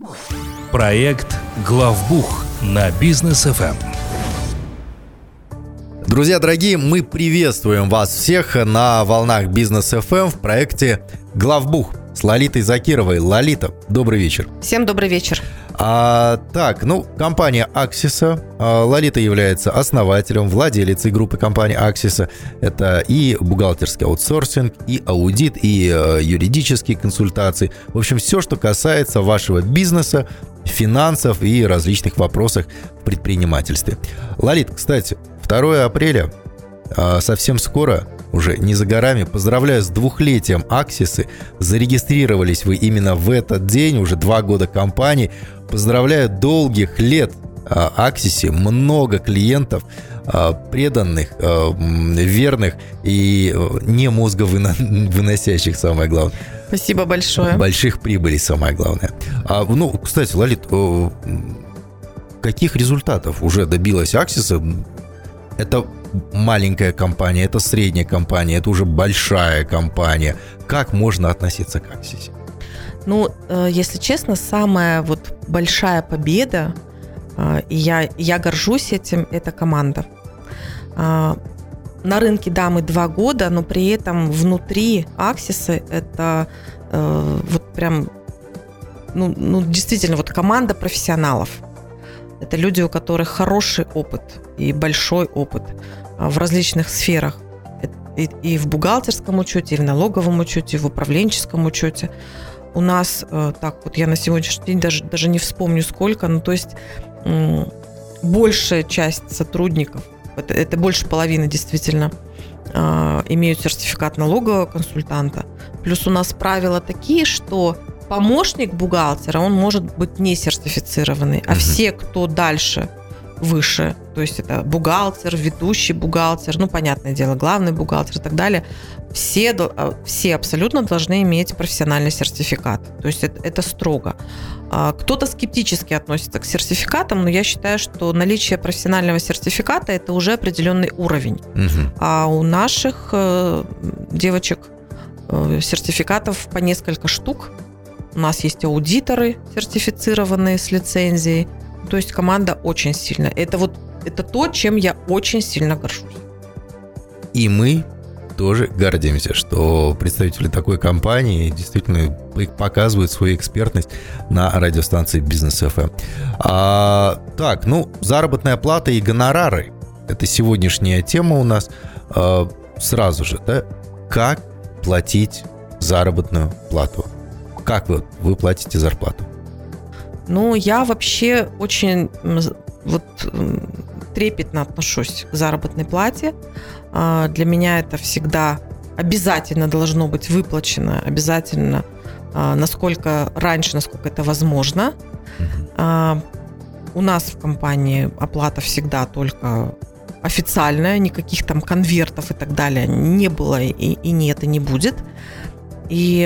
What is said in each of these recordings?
Проект «Главбух» на Бизнес ФМ. Друзья дорогие, мы приветствуем вас всех на волнах Бизнес ФМ в проекте «Главбух» с Лолитой Закировой. Лолита, добрый вечер. Всем добрый вечер. Компания Axis. Лолита является основателем, владелицей группы компании Axis. Это и бухгалтерский аутсорсинг, и аудит, и юридические консультации. В общем, все, что касается вашего бизнеса, финансов и различных вопросов в предпринимательстве. Лолит, кстати, 2 апреля совсем скоро, уже не за горами. Поздравляю с 2-летием Axis. Зарегистрировались вы именно в этот день, уже 2 года компании. Поздравляю, долгих лет Axis, много клиентов, преданных, верных и не мозговыносящих, самое главное. Спасибо большое. Больших прибылей, самое главное. Кстати, Лолит, каких результатов уже добилась Axis? Это маленькая компания, это средняя компания, это уже большая компания. Как можно относиться к Axis? Если честно, самая большая победа, и я горжусь этим, это команда. На рынке, да, мы 2 года, но при этом внутри Axis это действительно команда профессионалов. Это люди, у которых хороший опыт и большой опыт в различных сферах. И в бухгалтерском учете, и в налоговом учете, и в управленческом учете. У нас, я на сегодняшний день даже не вспомню сколько, большая часть сотрудников, это больше половины действительно, имеют сертификат налогового консультанта. Плюс у нас правила такие, что помощник бухгалтера, он может быть не сертифицированный, а все, кто дальше, выше, то есть это бухгалтер, ведущий бухгалтер, понятное дело, главный бухгалтер и так далее, все абсолютно должны иметь профессиональный сертификат. То есть это строго. Кто-то скептически относится к сертификатам, но я считаю, что наличие профессионального сертификата – это уже определенный уровень. А у наших девочек сертификатов по несколько штук. У нас есть аудиторы, сертифицированные с лицензией. То есть команда очень сильная. Это то, чем я очень сильно горжусь. И мы тоже гордимся, что представители такой компании действительно показывают свою экспертность на радиостанции Бизнес ФМ. Заработная плата и гонорары – это сегодняшняя тема у нас. Сразу же, да, как платить заработную плату? Как вы платите зарплату? Я вообще очень трепетно отношусь к заработной плате. Для меня это всегда обязательно должно быть выплачено, обязательно насколько это возможно. У нас в компании оплата всегда только официальная, никаких там конвертов и так далее не было и нет, и не будет. И,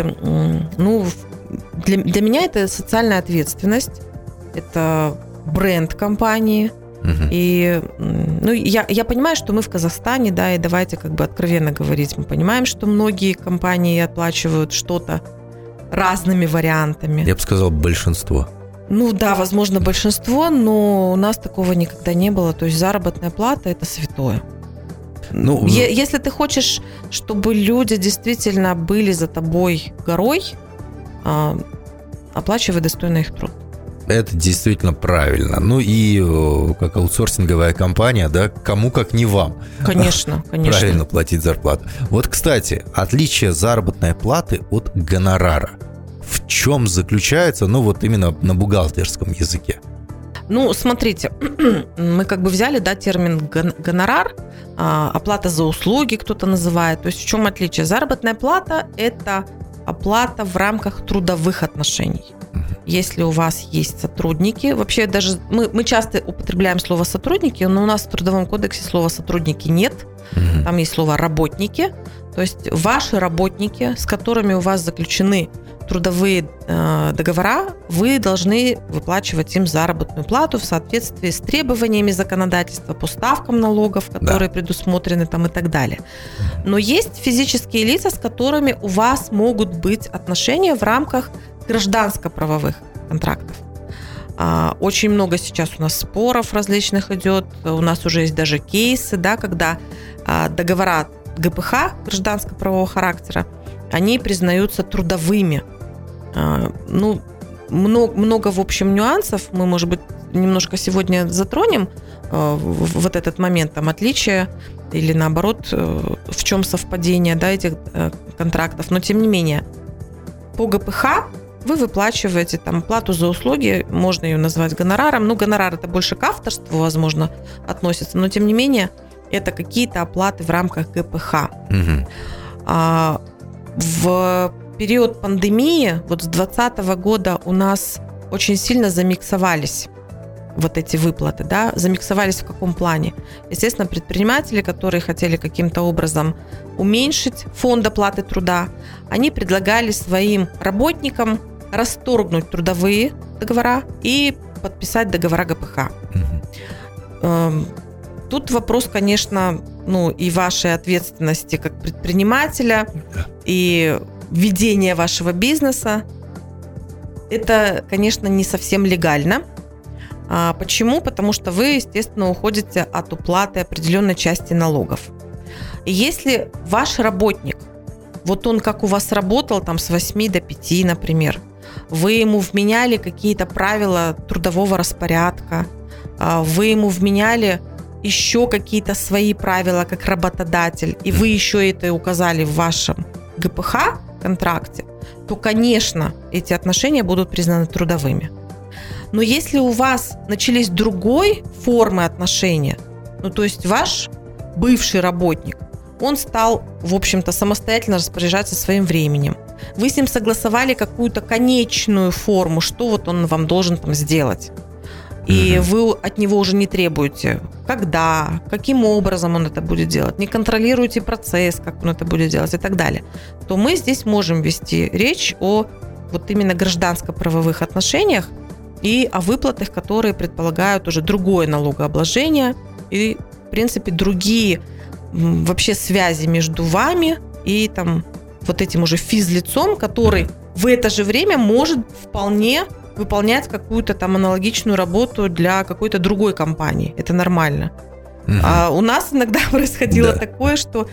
для меня это социальная ответственность, это бренд компании. И я понимаю, что мы в Казахстане, да, и давайте откровенно говорить, мы понимаем, что многие компании оплачивают что-то разными вариантами. Я бы сказал, большинство. Возможно, большинство, но у нас такого никогда не было. То есть заработная плата – это святое. Если ты хочешь, чтобы люди действительно были за тобой горой, оплачивай достойно их труд. Это действительно правильно. И как аутсорсинговая компания, да, кому как не вам. Конечно. Правильно платить зарплату. Кстати, отличие заработной платы от гонорара. В чем заключается, именно на бухгалтерском языке? Смотрите, мы взяли, да, термин гонорар, оплата за услуги кто-то называет. То есть в чем отличие? Заработная плата – это оплата в рамках трудовых отношений. Если у вас есть сотрудники, вообще даже мы часто употребляем слово сотрудники, но у нас в Трудовом кодексе слова сотрудники нет, там есть слово работники, то есть ваши работники, с которыми у вас заключены трудовые договора, вы должны выплачивать им заработную плату в соответствии с требованиями законодательства по ставкам налогов, которые предусмотрены там и так далее. Но есть физические лица, с которыми у вас могут быть отношения в рамках гражданско-правовых контрактов. Очень много сейчас у нас споров различных идет. У нас уже есть даже кейсы, да, когда договора ГПХ, гражданско-правового характера, они признаются трудовыми. Много, в общем, нюансов. Мы, может быть, немножко сегодня затронем вот этот момент, там, отличия или, наоборот, в чем совпадение, да, этих контрактов. Но, тем не менее, по ГПХ вы выплачиваете там плату за услуги, можно ее назвать гонораром. Гонорар – это больше к авторству, возможно, относится, но, тем не менее, это какие-то оплаты в рамках ГПХ. В период пандемии, вот с 2020 года у нас очень сильно замиксовались вот эти выплаты, да, замиксовались в каком плане? Естественно, предприниматели, которые хотели каким-то образом уменьшить фонд оплаты труда, они предлагали своим работникам расторгнуть трудовые договора и подписать договора ГПХ. Тут вопрос, конечно, и вашей ответственности как предпринимателя, и ведения вашего бизнеса. Это, конечно, не совсем легально. Почему? Потому что вы, естественно, уходите от уплаты определенной части налогов. И если ваш работник, вот он как у вас работал там с 8 до 5, например, вы ему вменяли какие-то правила трудового распорядка, вы ему вменяли еще какие-то свои правила как работодатель, и вы еще это указали в вашем ГПХ контракте, то, конечно, эти отношения будут признаны трудовыми. Но если у вас начались другой формы отношения, то есть ваш бывший работник, он стал, в общем-то, самостоятельно распоряжаться своим временем. Вы с ним согласовали какую-то конечную форму, что вот он вам должен там сделать. И вы от него уже не требуете, когда, каким образом он это будет делать, не контролируете процесс, как он это будет делать и так далее, то мы здесь можем вести речь о вот именно гражданско-правовых отношениях и о выплатах, которые предполагают уже другое налогообложение и, в принципе, другие вообще связи между вами и там вот этим уже физлицом, который в это же время может вполне выполнять какую-то там аналогичную работу для какой-то другой компании. Это нормально. А у нас иногда происходило такое, что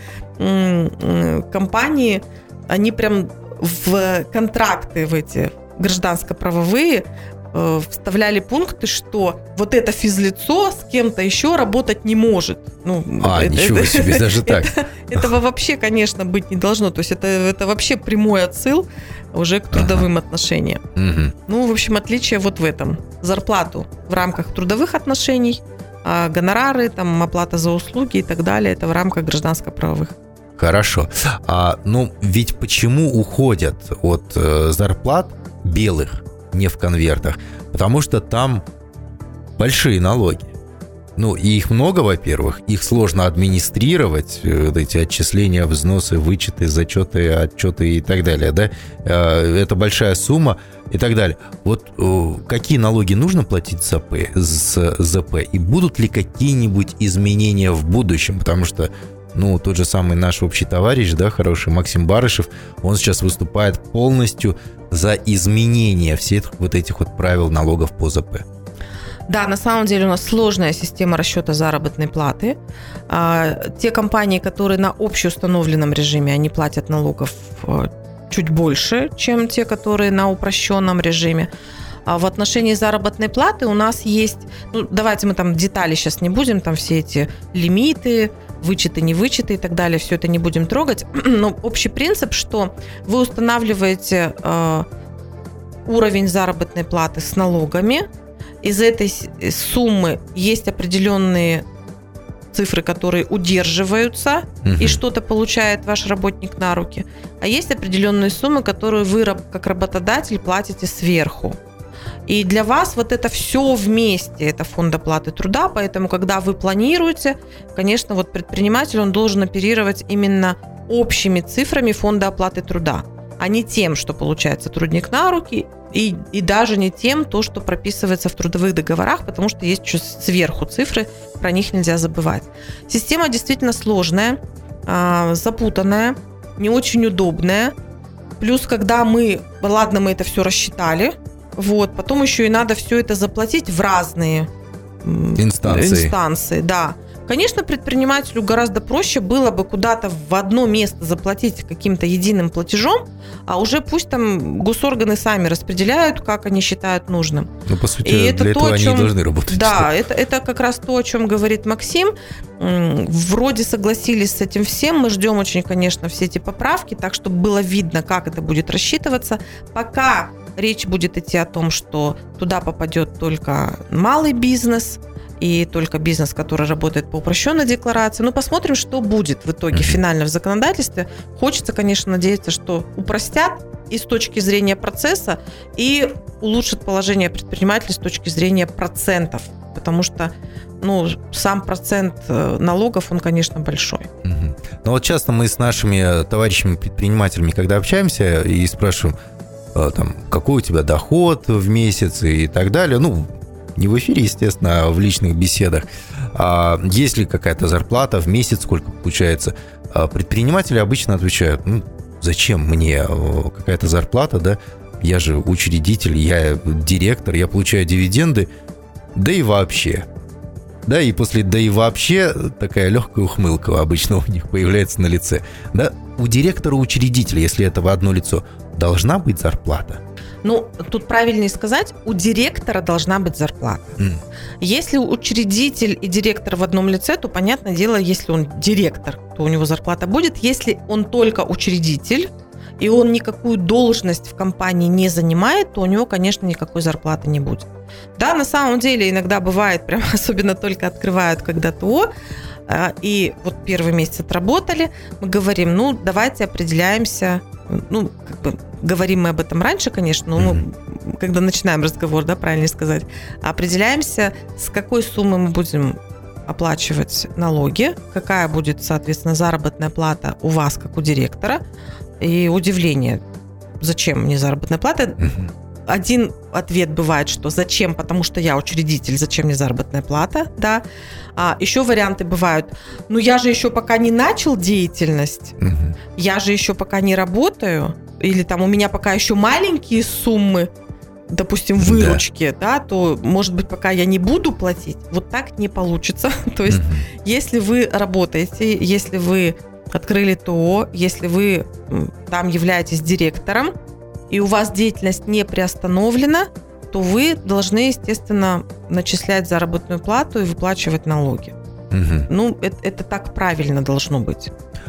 компании, они прям в контракты в эти гражданско-правовые вставляли пункты, что вот это физлицо с кем-то еще работать не может. Ничего себе, даже так. Этого вообще, конечно, быть не должно. То есть это вообще прямой отсыл уже к трудовым отношениям. В общем, отличие вот в этом. Зарплату в рамках трудовых отношений, а гонорары, там, оплата за услуги и так далее, это в рамках гражданско-правовых. Хорошо. Ведь почему уходят от зарплат белых, не в конвертах? Потому что там большие налоги. И их много, во-первых, их сложно администрировать, эти отчисления, взносы, вычеты, зачеты, отчеты и так далее, да? Это большая сумма и так далее. Вот какие налоги нужно платить с ЗП, и будут ли какие-нибудь изменения в будущем? Потому что тот же самый наш общий товарищ, да, хороший Максим Барышев, он сейчас выступает полностью за изменение всех вот этих вот правил налогов по ЗП. Да, на самом деле у нас сложная система расчета заработной платы. Те компании, которые на общеустановленном режиме, они платят налогов чуть больше, чем те, которые на упрощенном режиме. А в отношении заработной платы у нас есть, давайте мы там детали сейчас не будем, там все эти лимиты, вычеты, не вычеты и так далее, все это не будем трогать. Но общий принцип, что вы устанавливаете уровень заработной платы с налогами. Из этой суммы есть определенные цифры, которые удерживаются, и что-то получает ваш работник на руки. А есть определенные суммы, которые вы, как работодатель, платите сверху. И для вас вот это все вместе, это фонд оплаты труда, поэтому, когда вы планируете, конечно, вот предприниматель, он должен оперировать именно общими цифрами фонда оплаты труда, а не тем, что получает сотрудник на руки, и даже не тем, то, что прописывается в трудовых договорах, потому что есть еще сверху цифры, про них нельзя забывать. Система действительно сложная, запутанная, не очень удобная. Плюс, когда мы это все рассчитали, Вот, потом еще и надо все это заплатить в разные инстанции, да. Конечно, предпринимателю гораздо проще было бы куда-то в одно место заплатить каким-то единым платежом, а уже пусть там госорганы сами распределяют, как они считают нужным. Ну, по сути, и для этого они и должны работать. Да, это как раз то, о чем говорит Максим. Вроде согласились с этим всем. Мы ждем очень, конечно, все эти поправки, так, чтобы было видно, как это будет рассчитываться. Пока речь будет идти о том, что туда попадет только малый бизнес и только бизнес, который работает по упрощенной декларации. Ну, посмотрим, что будет в итоге финально в законодательстве. Хочется, конечно, надеяться, что упростят и с точки зрения процесса, и улучшат положение предпринимателей с точки зрения процентов. Потому что, сам процент налогов, он, конечно, большой. Ну, вот часто мы с нашими товарищами-предпринимателями, когда общаемся и спрашиваем, там, какой у тебя доход в месяц и так далее, не в эфире, естественно, а в личных беседах. Есть ли какая-то зарплата в месяц, сколько получается? Предприниматели обычно отвечают, зачем мне какая-то зарплата, да? Я же учредитель, я директор, я получаю дивиденды, да и вообще. Да, и после «да и вообще» такая легкая ухмылка обычно у них появляется на лице. Да, у директора-учредителя, если это в одно лицо, должна быть зарплата? Тут правильнее сказать, у директора должна быть зарплата. Если учредитель и директор в одном лице, то, понятное дело, если он директор, то у него зарплата будет. Если он только учредитель, и он никакую должность в компании не занимает, то у него, конечно, никакой зарплаты не будет. Да, на самом деле иногда бывает, прям особенно только открывают когда ТО, и вот первый месяц отработали, мы говорим, давайте определяемся, говорим мы об этом раньше, конечно, но мы, когда начинаем разговор, да, правильнее сказать, определяемся, с какой суммы мы будем оплачивать налоги, какая будет, соответственно, заработная плата у вас, как у директора, и удивление, зачем мне заработная плата? Один ответ бывает, что зачем, потому что я учредитель, зачем мне заработная плата, да. Еще варианты бывают, я же еще пока не начал деятельность, я же еще пока не работаю, или там у меня пока еще маленькие суммы, допустим, выручки, да, то, может быть, пока я не буду платить, вот так не получится. То есть, если вы работаете, если вы открыли ТО, если вы там являетесь директором, и у вас деятельность не приостановлена, то вы должны, естественно, начислять заработную плату и выплачивать налоги. Это так правильно должно быть.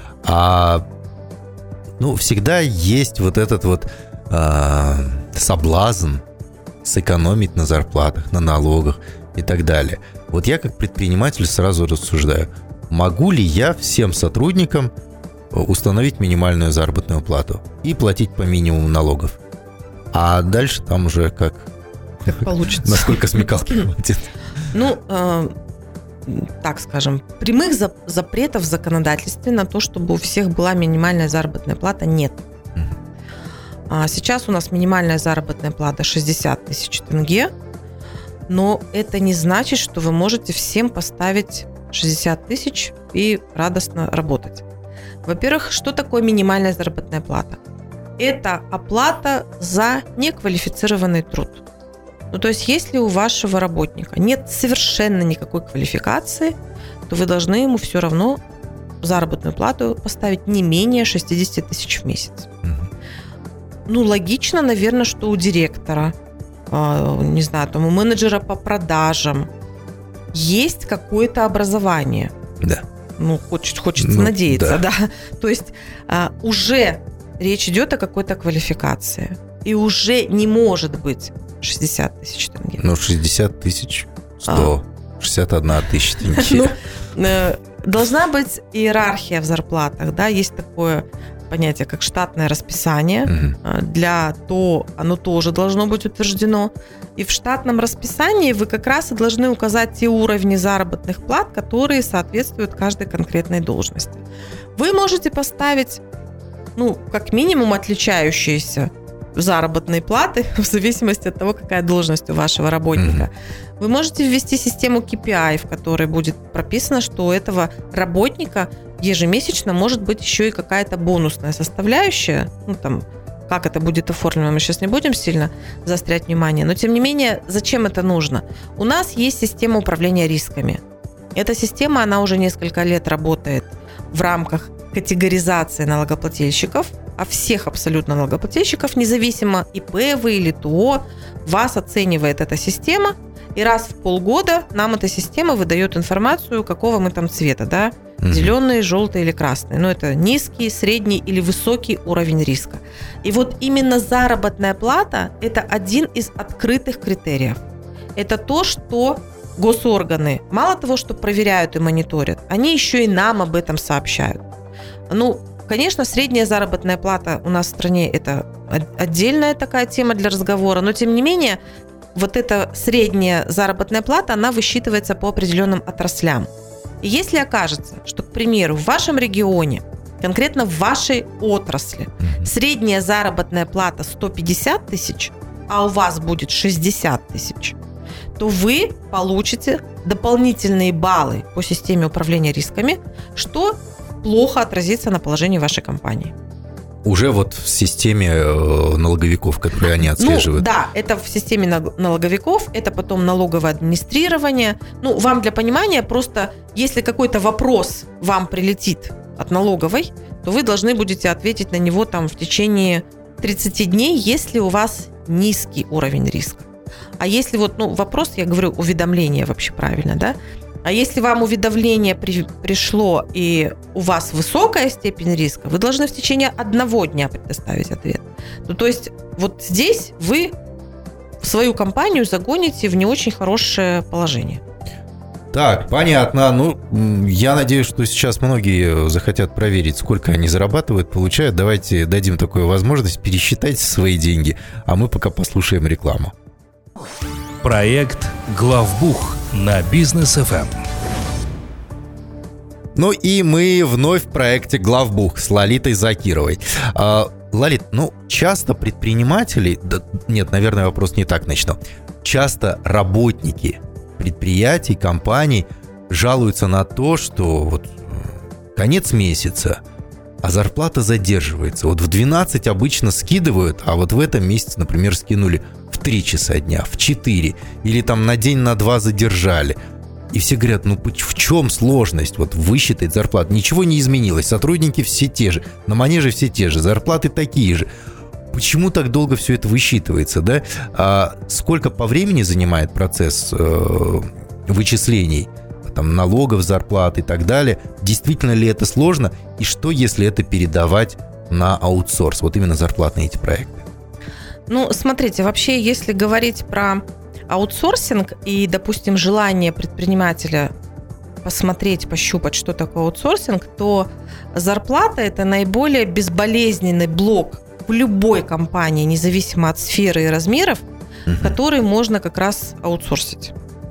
Всегда есть вот этот соблазн сэкономить на зарплатах, на налогах и так далее. Вот я как предприниматель сразу рассуждаю, могу ли я всем сотрудникам установить минимальную заработную плату и платить по минимуму налогов? А дальше там уже как получится. Насколько смекалки хватит. Так скажем, прямых запретов в законодательстве на то, чтобы у всех была минимальная заработная плата, нет. Сейчас у нас минимальная заработная плата 60 тысяч тенге, но это не значит, что вы можете всем поставить 60 тысяч и радостно работать. Во-первых, что такое минимальная заработная плата? Это оплата за неквалифицированный труд. То есть, если у вашего работника нет совершенно никакой квалификации, то вы должны ему все равно заработную плату поставить не менее 60 тысяч в месяц. Логично, наверное, что у директора, не знаю, там у менеджера по продажам есть какое-то образование. Да. Хочется надеяться, да. То есть уже речь идет о какой-то квалификации. И уже не может быть 60 тысяч тенге. 60 тысяч 100, 61 тысяча тенге. Должна быть иерархия в зарплатах, да, есть такое понятие, как штатное расписание. Для ТО оно тоже должно быть утверждено. И в штатном расписании вы как раз и должны указать те уровни заработных плат, которые соответствуют каждой конкретной должности. Вы можете поставить, как минимум, отличающиеся заработные платы в зависимости от того, какая должность у вашего работника. Вы можете ввести систему KPI, в которой будет прописано, что у этого работника ежемесячно может быть еще и какая-то бонусная составляющая, как это будет оформлено, мы сейчас не будем сильно заострять внимание, но тем не менее, зачем это нужно? У нас есть система управления рисками. Эта система, она уже несколько лет работает в рамках категоризации налогоплательщиков, а всех абсолютно налогоплательщиков, независимо ИП вы или ТО, вас оценивает эта система, и раз в полгода нам эта система выдает информацию, какого мы там цвета, да, зеленый, желтый или красный. Но это низкий, средний или высокий уровень риска. И вот именно заработная плата – это один из открытых критериев. Это то, что госорганы, мало того, что проверяют и мониторят, они еще и нам об этом сообщают. Ну, конечно, средняя заработная плата у нас в стране – это отдельная такая тема для разговора, но тем не менее, вот эта средняя заработная плата, она высчитывается по определенным отраслям. И если окажется, что, к примеру, в вашем регионе, конкретно в вашей отрасли, средняя заработная плата 150 тысяч, а у вас будет 60 тысяч, то вы получите дополнительные баллы по системе управления рисками, что плохо отразится на положении вашей компании. Уже вот в системе налоговиков, которые они отслеживают. Ну, да, это в системе налоговиков, это потом налоговое администрирование. Ну, вам для понимания, просто если какой-то вопрос вам прилетит от налоговой, то вы должны будете ответить на него там в течение 30 дней, если у вас низкий уровень риска. А если вот, вопрос, я говорю, уведомление вообще правильно, да? А если вам уведомление пришло и у вас высокая степень риска, вы должны в течение 1 дня предоставить ответ. Ну, то есть вот здесь вы свою компанию загоните в не очень хорошее положение. Так, понятно. Ну, я надеюсь, что сейчас многие захотят проверить, сколько они зарабатывают, получают. Давайте дадим такую возможность, пересчитать свои деньги, а мы пока послушаем рекламу. Проект «Главбух» на Бизнес FM. Ну и мы вновь в проекте «Главбух» с Лолитой Закировой. Лолит, часто предприниматели... Нет, наверное, вопрос не так начну. Часто работники предприятий, компаний жалуются на то, что вот конец месяца, а зарплата задерживается. Вот в 12 обычно скидывают, а вот в этом месяце, например, скинули в 3 часа дня, в 4, или там на день, на 2 задержали. И все говорят, в чем сложность вот высчитать зарплату? Ничего не изменилось, сотрудники все те же, на манеже все те же, зарплаты такие же. Почему так долго все это высчитывается, да? А сколько по времени занимает процесс вычислений, там, налогов, зарплат и так далее? Действительно ли это сложно? И что, если это передавать на аутсорс? Вот именно зарплатные эти проекты. Смотрите, вообще, если говорить про аутсорсинг и, допустим, желание предпринимателя посмотреть, пощупать, что такое аутсорсинг, то зарплата – это наиболее безболезненный блок в любой компании, независимо от сферы и размеров, который можно как раз аутсорсить.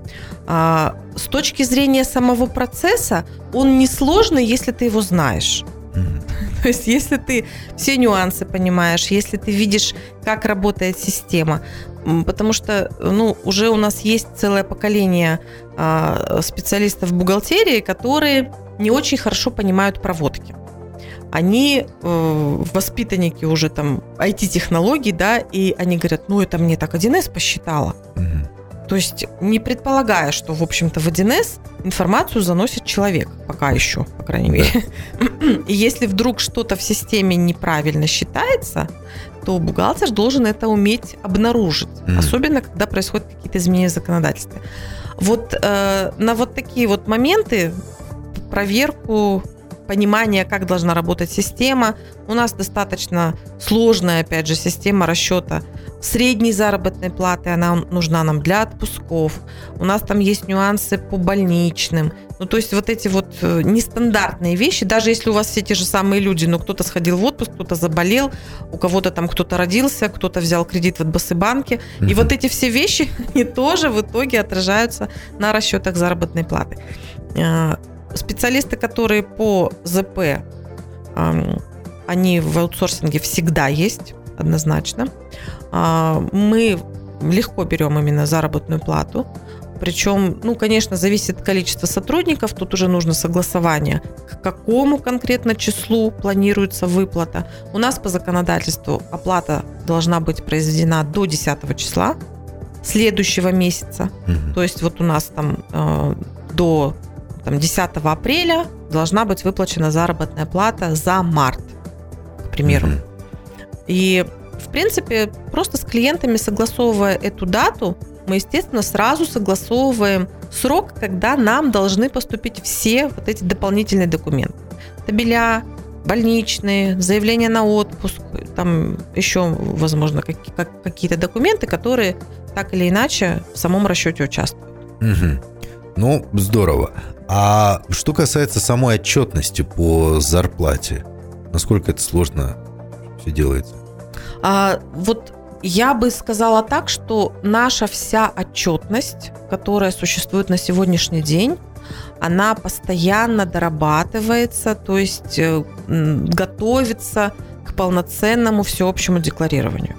С точки зрения самого процесса, он несложный, если ты его знаешь. То есть, если ты все нюансы понимаешь, если ты видишь, как работает система, потому что, уже у нас есть целое поколение специалистов в бухгалтерии, которые не очень хорошо понимают проводки. Они воспитанники уже там IT-технологий, да, и они говорят, это мне так 1С посчитала. То есть не предполагая, что, в общем-то, в 1С информацию заносит человек, пока еще, по крайней мере. И если вдруг что-то в системе неправильно считается, то бухгалтер должен это уметь обнаружить, особенно когда происходят какие-то изменения в законодательстве. Вот на вот такие вот моменты, проверку, понимание, как должна работать система, у нас достаточно сложная, опять же, система расчета средней заработной платы, она нужна нам для отпусков. У нас там есть нюансы по больничным. То есть вот эти вот нестандартные вещи, даже если у вас все те же самые люди, но кто-то сходил в отпуск, кто-то заболел, у кого-то там кто-то родился, кто-то взял кредит в ОТБ-банке. И вот эти все вещи, они тоже в итоге отражаются на расчетах заработной платы. Специалисты, которые по ЗП, они в аутсорсинге всегда есть, однозначно. Мы легко берем именно заработную плату. Причем, конечно, зависит от количества сотрудников, тут уже нужно согласование, к какому конкретно числу планируется выплата. У нас по законодательству оплата должна быть произведена до 10 числа следующего месяца. То есть вот у нас до 10 апреля должна быть выплачена заработная плата за март, к примеру. И, в принципе, просто с клиентами, согласовывая эту дату, мы, естественно, сразу согласовываем срок, когда нам должны поступить все вот эти дополнительные документы. Табеля, больничные, заявление на отпуск, там еще, возможно, какие-то документы, которые так или иначе в самом расчете участвуют. Ну, здорово. А что касается самой отчетности по зарплате, насколько это сложно все делается? Вот я бы сказала так, что наша вся отчетность, которая существует на сегодняшний день, она постоянно дорабатывается, то есть готовится к полноценному всеобщему декларированию.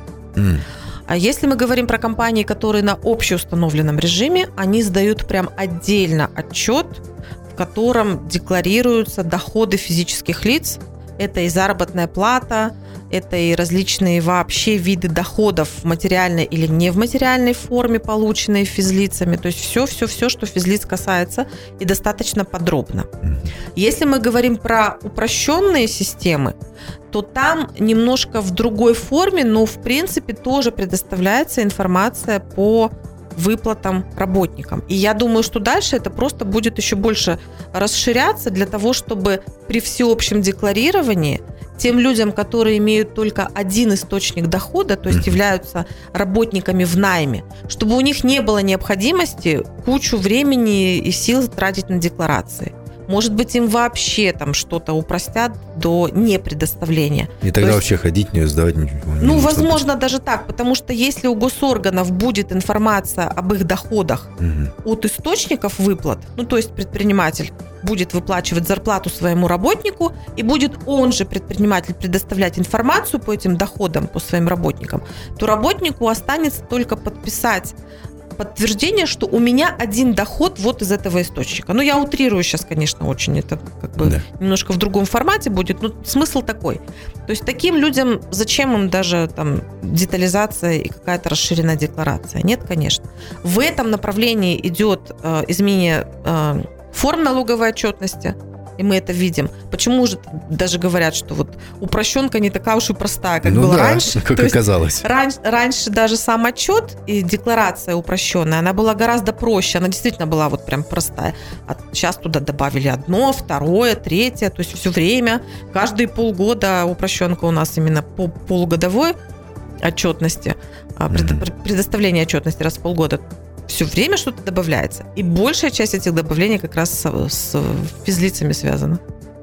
А если мы говорим про компании, которые на общеустановленном режиме, они сдают прям отдельно отчет, в котором декларируются доходы физических лиц. Это и заработная плата, это и различные вообще виды доходов в материальной или не в материальной форме, полученные физлицами. То есть все, что физлиц касается, и достаточно подробно. Если мы говорим про упрощенные системы, то там немножко в другой форме, но в принципе тоже предоставляется информация по выплатам работникам. И я думаю, что дальше это просто будет еще больше расширяться для того, чтобы при всеобщем декларировании тем людям, которые имеют только один источник дохода, то есть являются работниками в найме, чтобы у них не было необходимости кучу времени и сил тратить на декларации. Может быть, им вообще там что-то упростят до непредоставления. И тогда вообще ходить, не сдавать ничего. Возможно, даже так, потому что если у госорганов будет информация об их доходах от источников выплат, то есть предприниматель будет выплачивать зарплату своему работнику, и будет он же, предприниматель, предоставлять информацию по этим доходам, по своим работникам, то работнику останется только подписать подтверждение, что у меня один доход вот из этого источника. Я утрирую сейчас, конечно, очень. Это немножко в другом формате будет, но смысл такой. То есть таким людям зачем им даже там детализация и какая-то расширенная декларация? Нет, конечно. В этом направлении идет изменение форм налоговой отчетности, и мы это видим. Почему же даже говорят, что вот упрощенка не такая уж и простая, как было раньше? Как оказалось. Раньше даже сам отчет и декларация упрощенная, она была гораздо проще, она действительно была вот прям простая. А сейчас туда добавили одно, второе, третье, то есть все время, каждые полгода упрощенка у нас именно по полугодовой отчетности, предоставление отчетности раз в полгода. Все время что-то добавляется. И большая часть этих добавлений как раз с физлицами связана.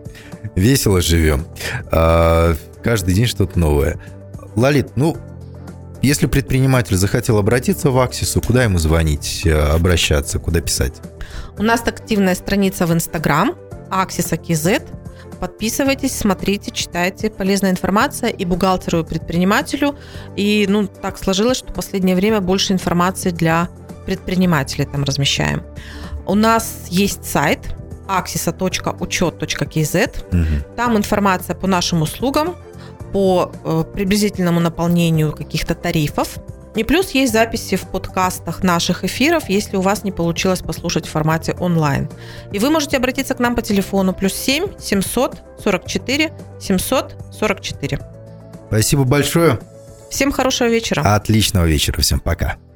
Весело живем. Каждый день что-то новое. Лолит, если предприниматель захотел обратиться в Аксису, куда ему звонить, обращаться, куда писать? У нас активная страница в Инстаграм Axisa KZ. Подписывайтесь, смотрите, читайте. Полезная информация и бухгалтеру, и предпринимателю. И так сложилось, что в последнее время больше информации для предпринимателей там размещаем. У нас есть сайт axisa.учет.kz. Там информация по нашим услугам, по приблизительному наполнению каких-то тарифов. И плюс есть записи в подкастах наших эфиров, если у вас не получилось послушать в формате онлайн. И вы можете обратиться к нам по телефону +7 744 744. Спасибо большое. Всем хорошего вечера. Отличного вечера. Всем пока.